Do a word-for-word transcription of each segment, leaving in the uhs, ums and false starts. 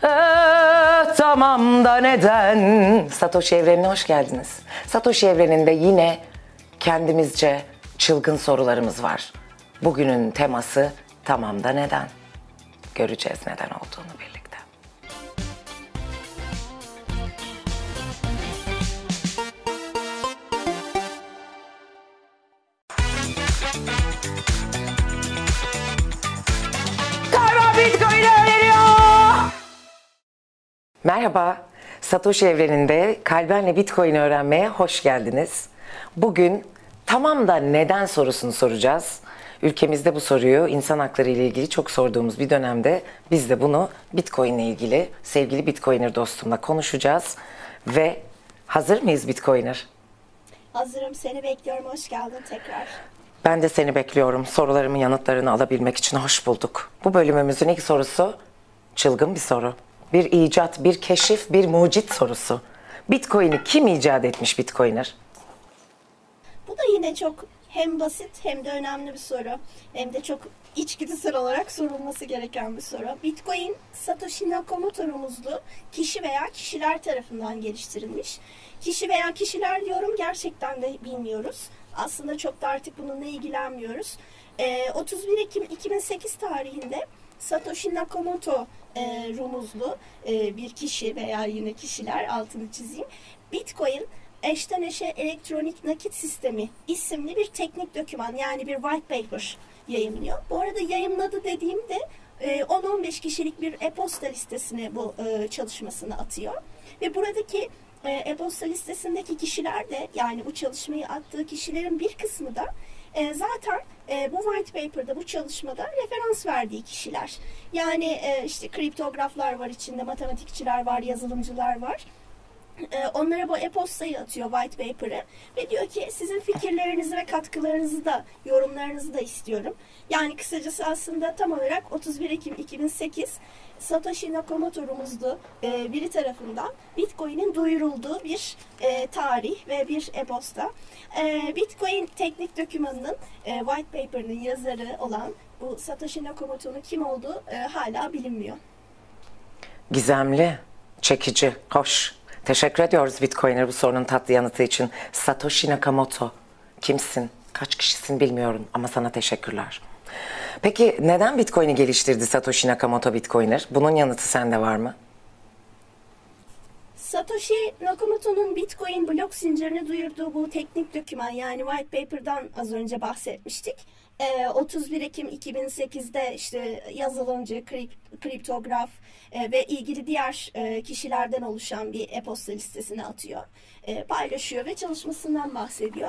Ee, tamam da neden? Satoshi Evreni'ne hoş geldiniz. Satoshi Evreni'nde yine kendimizce çılgın sorularımız var. Bugünün teması tamam da neden? Göreceğiz neden olduğunu birlikte. Galiba Bitcoin'i öğreniyor. Merhaba, Satoshi Evreni'nde Kalbenle Bitcoin'i öğrenmeye hoş geldiniz. Bugün tamam da neden sorusunu soracağız. Ülkemizde bu soruyu insan hakları ile ilgili çok sorduğumuz bir dönemde biz de bunu Bitcoin ile ilgili sevgili Bitcoiner dostumla konuşacağız. Ve hazır mıyız Bitcoiner? Hazırım, seni bekliyorum. Hoş geldin tekrar. Ben de seni bekliyorum. Sorularımın yanıtlarını alabilmek için hoş bulduk. Bu bölümümüzün ilk sorusu çılgın bir soru. Bir icat, bir keşif, bir mucit sorusu. Bitcoin'i kim icat etmiş Bitcoiner? Bu da yine çok hem basit hem de önemli bir soru. Hem de çok içgüdüsel olarak sorulması gereken bir soru. Bitcoin, Satoshi Nakamoto rumuzlu kişi veya kişiler tarafından geliştirilmiş. Kişi veya kişiler diyorum, gerçekten de bilmiyoruz. Aslında çok da artık bununla ilgilenmiyoruz. Ee, otuz bir Ekim iki bin sekiz tarihinde Satoshi Nakamoto e, rumuzlu e, bir kişi veya yine kişiler, altını çizeyim, Bitcoin eşten eşe elektronik nakit sistemi isimli bir teknik doküman, yani bir white paper yayımlıyor. Bu arada yayımladı dediğimde on on beş kişilik bir e-posta listesine bu e, çalışmasını atıyor. Ve buradaki e, e-posta listesindeki kişiler de, yani bu çalışmayı attığı kişilerin bir kısmı da e, zaten e, bu white paper'da, bu çalışmada referans verdiği kişiler. Yani e, işte kriptograflar var içinde, matematikçiler var, yazılımcılar var. Onlara bu e-postayı atıyor, white paper'ı, ve diyor ki sizin fikirlerinizi ve katkılarınızı da, yorumlarınızı da istiyorum. Yani kısacası aslında tam olarak otuz bir Ekim iki bin sekiz Satoshi Nakamoto rumuzlu e, biri tarafından Bitcoin'in duyurulduğu bir e, tarih ve bir e-posta. E, Bitcoin teknik dokümanının, e, white paper'ının yazarı olan bu Satoshi Nakamoto'nun kim olduğu e, hala bilinmiyor. Gizemli, çekici, hoş. Teşekkür ediyoruz Bitcoiner bu sorunun tatlı yanıtı için. Satoshi Nakamoto. Kimsin? Kaç kişisin bilmiyorum ama sana teşekkürler. Peki neden Bitcoin'i geliştirdi Satoshi Nakamoto Bitcoiner? Bunun yanıtı sende var mı? Satoshi Nakamoto'nun Bitcoin blok zincirini duyurduğu bu teknik doküman, yani white paper'dan az önce bahsetmiştik. Ee, otuz bir Ekim iki bin sekizde işte yazılımcı, krip, kriptograf e, ve ilgili diğer e, kişilerden oluşan bir e-posta listesine atıyor. E, paylaşıyor ve çalışmasından bahsediyor.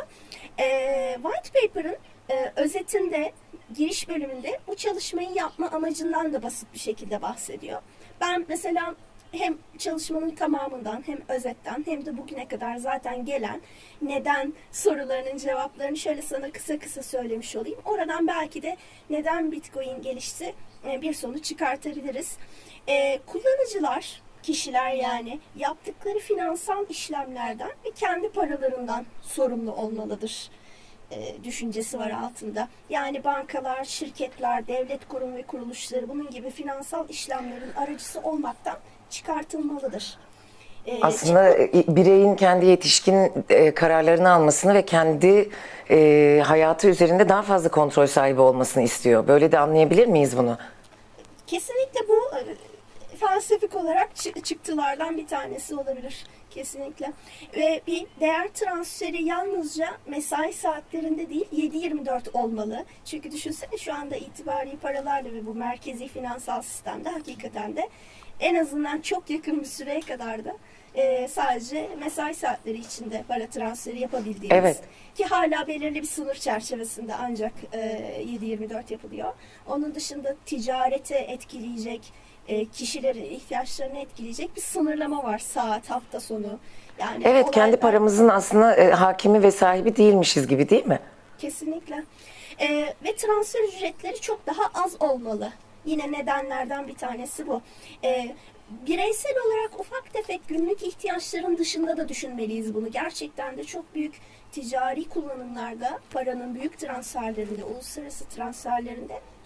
E, white paper'ın e, özetinde, giriş bölümünde bu çalışmayı yapma amacından da basit bir şekilde bahsediyor. Ben mesela hem çalışmanın tamamından, hem özetten, hem de bugüne kadar zaten gelen neden sorularının cevaplarını şöyle sana kısa kısa söylemiş olayım. Oradan belki de neden Bitcoin gelişti bir sonuç çıkartabiliriz. Ee, kullanıcılar, kişiler yani, yaptıkları finansal işlemlerden ve kendi paralarından sorumlu olmalıdır E, düşüncesi var altında. Yani bankalar, şirketler, devlet kurum ve kuruluşları bunun gibi finansal işlemlerin aracısı olmaktan çıkartılmalıdır. E, Aslında çık- bireyin kendi yetişkin e, kararlarını almasını ve kendi e, hayatı üzerinde daha fazla kontrol sahibi olmasını istiyor. Böyle de anlayabilir miyiz bunu? Kesinlikle bu e, felsefik olarak çı- çıktılardan bir tanesi olabilir. Kesinlikle. Ve bir değer transferi yalnızca mesai saatlerinde değil, yedi yirmi dört olmalı. Çünkü düşünsene, şu anda itibari paralarla ve bu merkezi finansal sistemde hakikaten de en azından çok yakın bir süreye kadar da e, sadece mesai saatleri içinde para transferi yapabildiğimiz, evet, ki hala belirli bir sınır çerçevesinde ancak e, yedi yirmi dört yapılıyor. Onun dışında ticarete etkileyecek, kişilerin ihtiyaçlarını etkileyecek bir sınırlama var, saat, hafta sonu. Yani evet, olaylar... kendi paramızın aslında e, hakimi ve sahibi değilmişiz gibi, değil mi? Kesinlikle. E, ve transfer ücretleri çok daha az olmalı. Yine nedenlerden bir tanesi bu. E, bireysel olarak ufak tefek günlük ihtiyaçların dışında da düşünmeliyiz bunu. Gerçekten de çok büyük ticari kullanımlarda, paranın büyük transferlerinde, uluslararası transferlerinde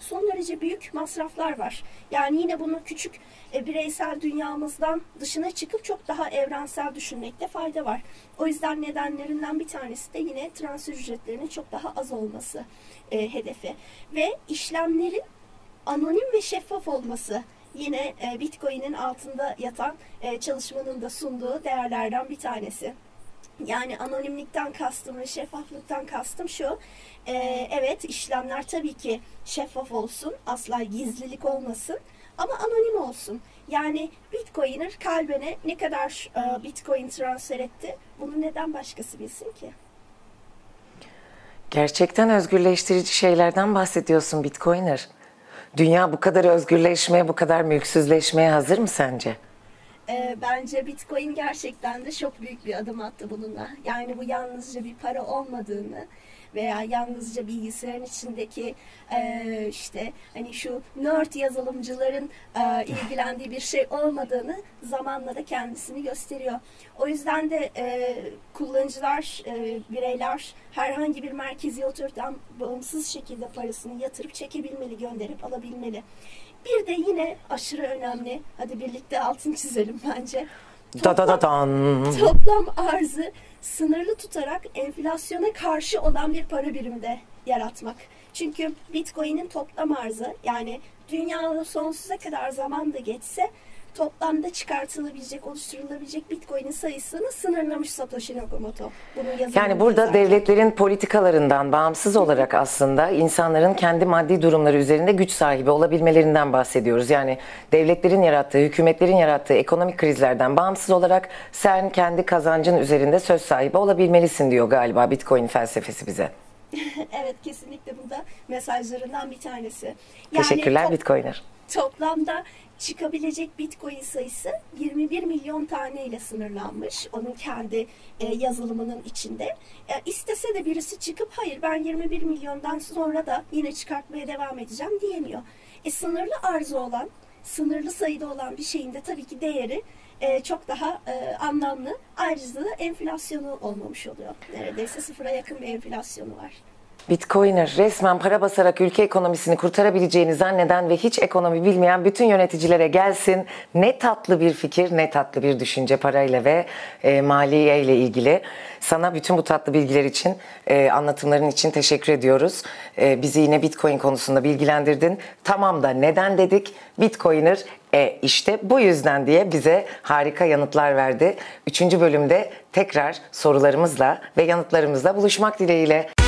son derece büyük masraflar var. Yani yine bunu küçük e, bireysel dünyamızdan dışına çıkıp çok daha evrensel düşünmekte fayda var. O yüzden nedenlerinden bir tanesi de yine transfer ücretlerinin çok daha az olması e, hedefi. Ve işlemlerin anonim ve şeffaf olması yine e, Bitcoin'in altında yatan e, çalışmanın da sunduğu değerlerden bir tanesi. Yani anonimlikten kastım ve şeffaflıktan kastım şu, e, evet işlemler tabii ki şeffaf olsun, asla gizlilik olmasın ama anonim olsun. Yani Bitcoin'er kalbine ne kadar e, Bitcoin transfer etti, bunu neden başkası bilsin ki? Gerçekten özgürleştirici şeylerden bahsediyorsun Bitcoiner. Dünya bu kadar özgürleşmeye, bu kadar mülksüzleşmeye hazır mı sence? E, bence Bitcoin gerçekten de çok büyük bir adım attı bununla. Yani bu yalnızca bir para olmadığını veya yalnızca bilgisayarın içindeki e, işte hani şu nerd yazılımcıların e, ilgilendiği bir şey olmadığını zamanla da kendisini gösteriyor. O yüzden de e, kullanıcılar, e, bireyler herhangi bir merkezi otoriten bağımsız şekilde parasını yatırıp çekebilmeli, gönderip alabilmeli. Bir de yine aşırı önemli, hadi birlikte altını çizelim bence. Da da da dan. Toplam arzı sınırlı tutarak enflasyona karşı olan bir para birimde yaratmak. Çünkü Bitcoin'in toplam arzı, yani dünyada sonsuza kadar zaman da geçse toplamda çıkartılabilecek, oluşturulabilecek Bitcoin'in sayısını sınırlamış Satoshi Nakamoto. Yani burada yazarken devletlerin politikalarından bağımsız olarak aslında insanların kendi maddi durumları üzerinde güç sahibi olabilmelerinden bahsediyoruz. Yani devletlerin yarattığı, hükümetlerin yarattığı ekonomik krizlerden bağımsız olarak sen kendi kazancın üzerinde söz sahibi olabilmelisin diyor galiba Bitcoin felsefesi bize. Evet, kesinlikle bu da mesajlarından bir tanesi. Yani Teşekkürler top, Bitcoiner. Toplamda çıkabilecek Bitcoin sayısı yirmi bir milyon tane ile sınırlanmış. Onun kendi e, yazılımının içinde. E, istese de birisi çıkıp hayır ben yirmi bir milyondan sonra da yine çıkartmaya devam edeceğim diyemiyor. E, sınırlı arzı olan, sınırlı sayıda olan bir şeyin de tabii ki değeri e, çok daha e, anlamlı. Ayrıca da enflasyonu olmamış oluyor. Neredeyse sıfıra yakın bir enflasyonu var. Bitcoiner resmen para basarak ülke ekonomisini kurtarabileceğini zanneden ve hiç ekonomi bilmeyen bütün yöneticilere gelsin. Ne tatlı bir fikir, ne tatlı bir düşünce parayla ve e, maliye ile ilgili. Sana bütün bu tatlı bilgiler için, e, anlatımların için teşekkür ediyoruz. E, bizi yine Bitcoin konusunda bilgilendirdin. Tamam da neden dedik? Bitcoiner e işte bu yüzden diye bize harika yanıtlar verdi. Üçüncü bölümde tekrar sorularımızla ve yanıtlarımızla buluşmak dileğiyle.